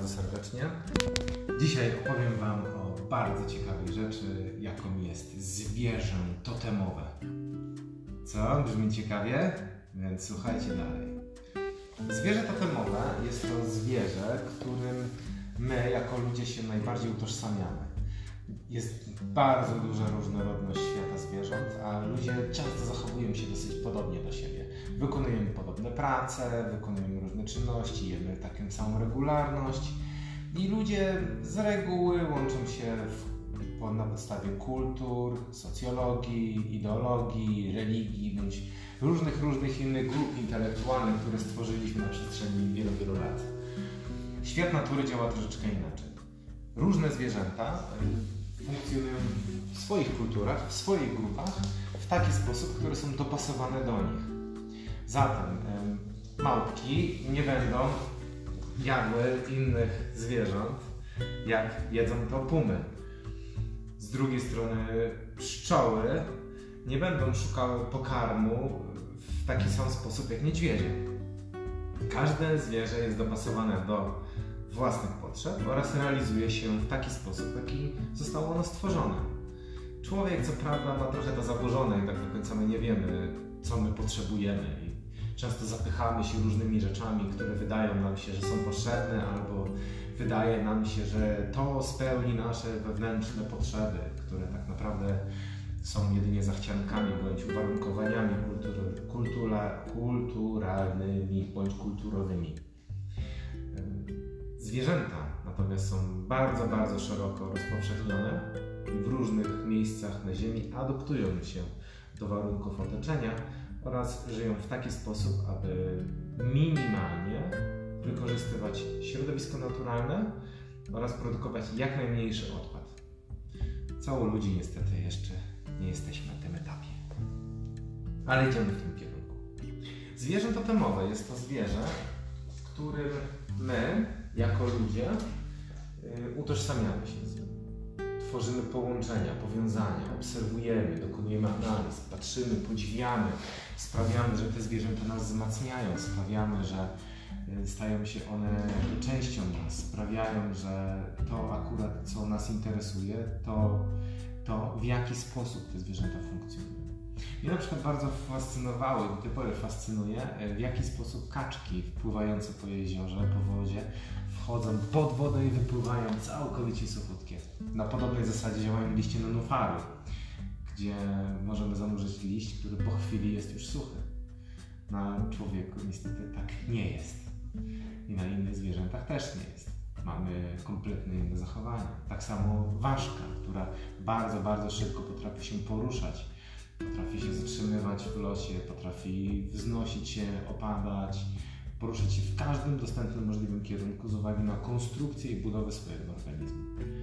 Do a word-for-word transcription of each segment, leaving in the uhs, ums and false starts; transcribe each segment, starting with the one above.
bardzo serdecznie. Dzisiaj opowiem Wam o bardzo ciekawej rzeczy, jaką jest zwierzę totemowe. Co? Brzmi ciekawie? Więc słuchajcie dalej. Zwierzę totemowe jest to zwierzę, którym my jako ludzie się najbardziej utożsamiamy. Jest bardzo duża różnorodność świata zwierząt, a ludzie często zachowują się dosyć podobnie do siebie. Wykonujemy podobne prace, wykonujemy różne czynności, jemy taką samą regularność i ludzie z reguły łączą się w, na podstawie kultur, socjologii, ideologii, religii bądź różnych, różnych innych grup intelektualnych, które stworzyliśmy na przestrzeni wielu, wielu lat. Świat natury działa troszeczkę inaczej. Różne zwierzęta funkcjonują w swoich kulturach, w swoich grupach w taki sposób, które są dopasowane do nich. Zatem małpki nie będą jadły innych zwierząt, jak jedzą to pumy. Z drugiej strony pszczoły nie będą szukały pokarmu w taki sam sposób jak niedźwiedzie. Każde zwierzę jest dopasowane do własnych potrzeb oraz realizuje się w taki sposób, jaki zostało ono stworzone. Człowiek co prawda ma trochę to zaburzone i tak do końca my nie wiemy, co my potrzebujemy i często zapychamy się różnymi rzeczami, które wydają nam się, że są potrzebne, albo wydaje nam się, że to spełni nasze wewnętrzne potrzeby, które tak naprawdę są jedynie zachciankami bądź uwarunkowaniami kultur, kultura, kulturalnymi bądź kulturowymi. Zwierzęta natomiast są bardzo, bardzo szeroko rozpowszechnione i w różnych miejscach na Ziemi adoptują się do warunków otoczenia oraz żyją w taki sposób, aby minimalnie wykorzystywać środowisko naturalne oraz produkować jak najmniejszy odpad. Co u ludzi niestety jeszcze nie jesteśmy na tym etapie. Ale idziemy w tym kierunku. Zwierzę totemowe jest to zwierzę, w którym my, jako ludzie, utożsamiamy się z nim. Tworzymy połączenia, powiązania, obserwujemy, dokonujemy analiz, patrzymy, podziwiamy, sprawiamy, że te zwierzęta nas wzmacniają, sprawiamy, że stają się one częścią nas, sprawiają, że to akurat, co nas interesuje, to, to w jaki sposób te zwierzęta funkcjonują. Mnie na przykład bardzo fascynowały, do tej pory fascynuje, w jaki sposób kaczki wpływające po jeziorze, po wodzie, wchodzą pod wodę i wypływają całkowicie suchutkie. Na podobnej zasadzie działają liście nenufaru, gdzie możemy zanurzyć liść, który po chwili jest już suchy. Na człowieku niestety tak nie jest. I na innych zwierzętach też nie jest. Mamy kompletnie inne zachowania. Tak samo ważka, która bardzo, bardzo szybko potrafi się poruszać. Potrafi się zatrzymywać w locie, potrafi wznosić się, opadać, poruszać się w każdym dostępnym możliwym kierunku z uwagi na konstrukcję i budowę swojego organizmu.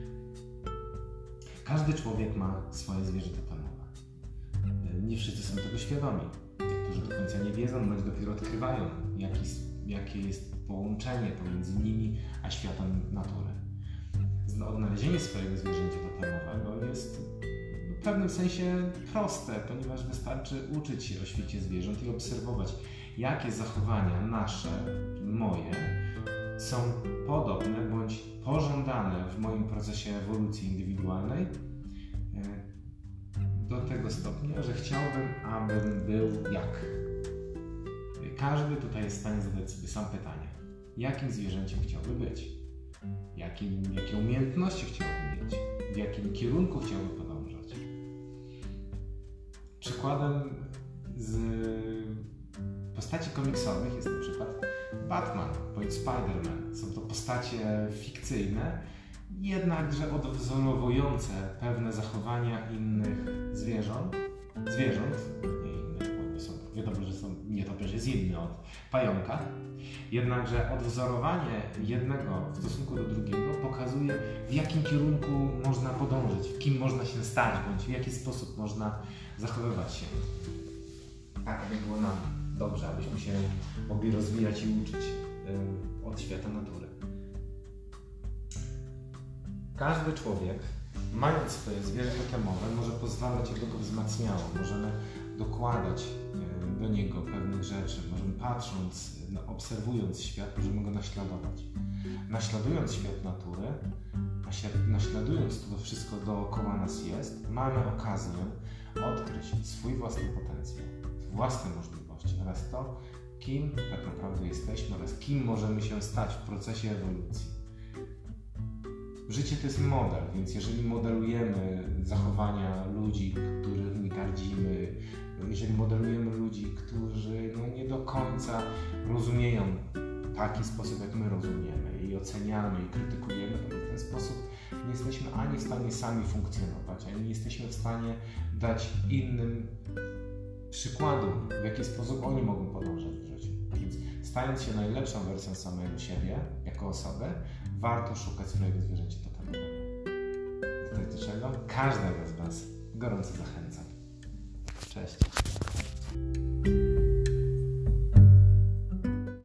Każdy człowiek ma swoje zwierzę totemowe. Nie wszyscy są tego świadomi. Niektórzy do końca nie wiedzą, bądź dopiero odkrywają, jaki, jakie jest połączenie pomiędzy nimi a światem natury. Odnalezienie swojego zwierzęcia totemowego jest w pewnym sensie proste, ponieważ wystarczy uczyć się o świecie zwierząt i obserwować, jakie zachowania nasze, moje, są podobne bądź pożądane w moim procesie ewolucji indywidualnej do tego stopnia, że chciałbym, abym był jak. Każdy tutaj jest w stanie zadać sobie sam pytanie, jakim zwierzęciem chciałby być, jakim, jakie umiejętności chciałby mieć, w jakim kierunku chciałby podążać. Przykładem z postaci komiksowych jest na przykład Batman bądź Spider-Man. Są to postacie fikcyjne, jednakże odwzorowujące pewne zachowania innych zwierząt, zwierząt, nie innych, bo są, wiadomo, że są, nietoperz jest inny od pająka, jednakże odwzorowanie jednego w stosunku do drugiego pokazuje, w jakim kierunku można podążyć, w kim można się stać, bądź w jaki sposób można zachowywać się. Tak, aby było nam dobrze, abyśmy się mogli rozwijać i uczyć yy, od świata natury. Każdy człowiek, mając swoje zwierzę totemowe, może pozwalać, aby go wzmacniało. Możemy dokładać yy, do niego pewnych rzeczy, możemy patrząc, no, obserwując świat, możemy go naśladować. Naśladując świat natury, naśladując to wszystko dookoła nas jest, mamy okazję odkryć swój własny potencjał, własne możliwości oraz to, kim tak naprawdę jesteśmy oraz kim możemy się stać w procesie ewolucji. Życie to jest model, więc jeżeli modelujemy zachowania ludzi, którymi gardzimy, jeżeli modelujemy ludzi, którzy no, nie do końca rozumieją taki sposób, jak my rozumiemy i oceniamy i krytykujemy, to w ten sposób nie jesteśmy ani w stanie sami funkcjonować, ani nie jesteśmy w stanie dać innym przykładu, w jaki sposób oni mogą podążać w życiu. Więc stając się najlepszą wersją samego siebie, jako osoby, warto szukać swojego zwierzęcia totemowego. Do czego każdego z Was gorąco zachęcam. Cześć!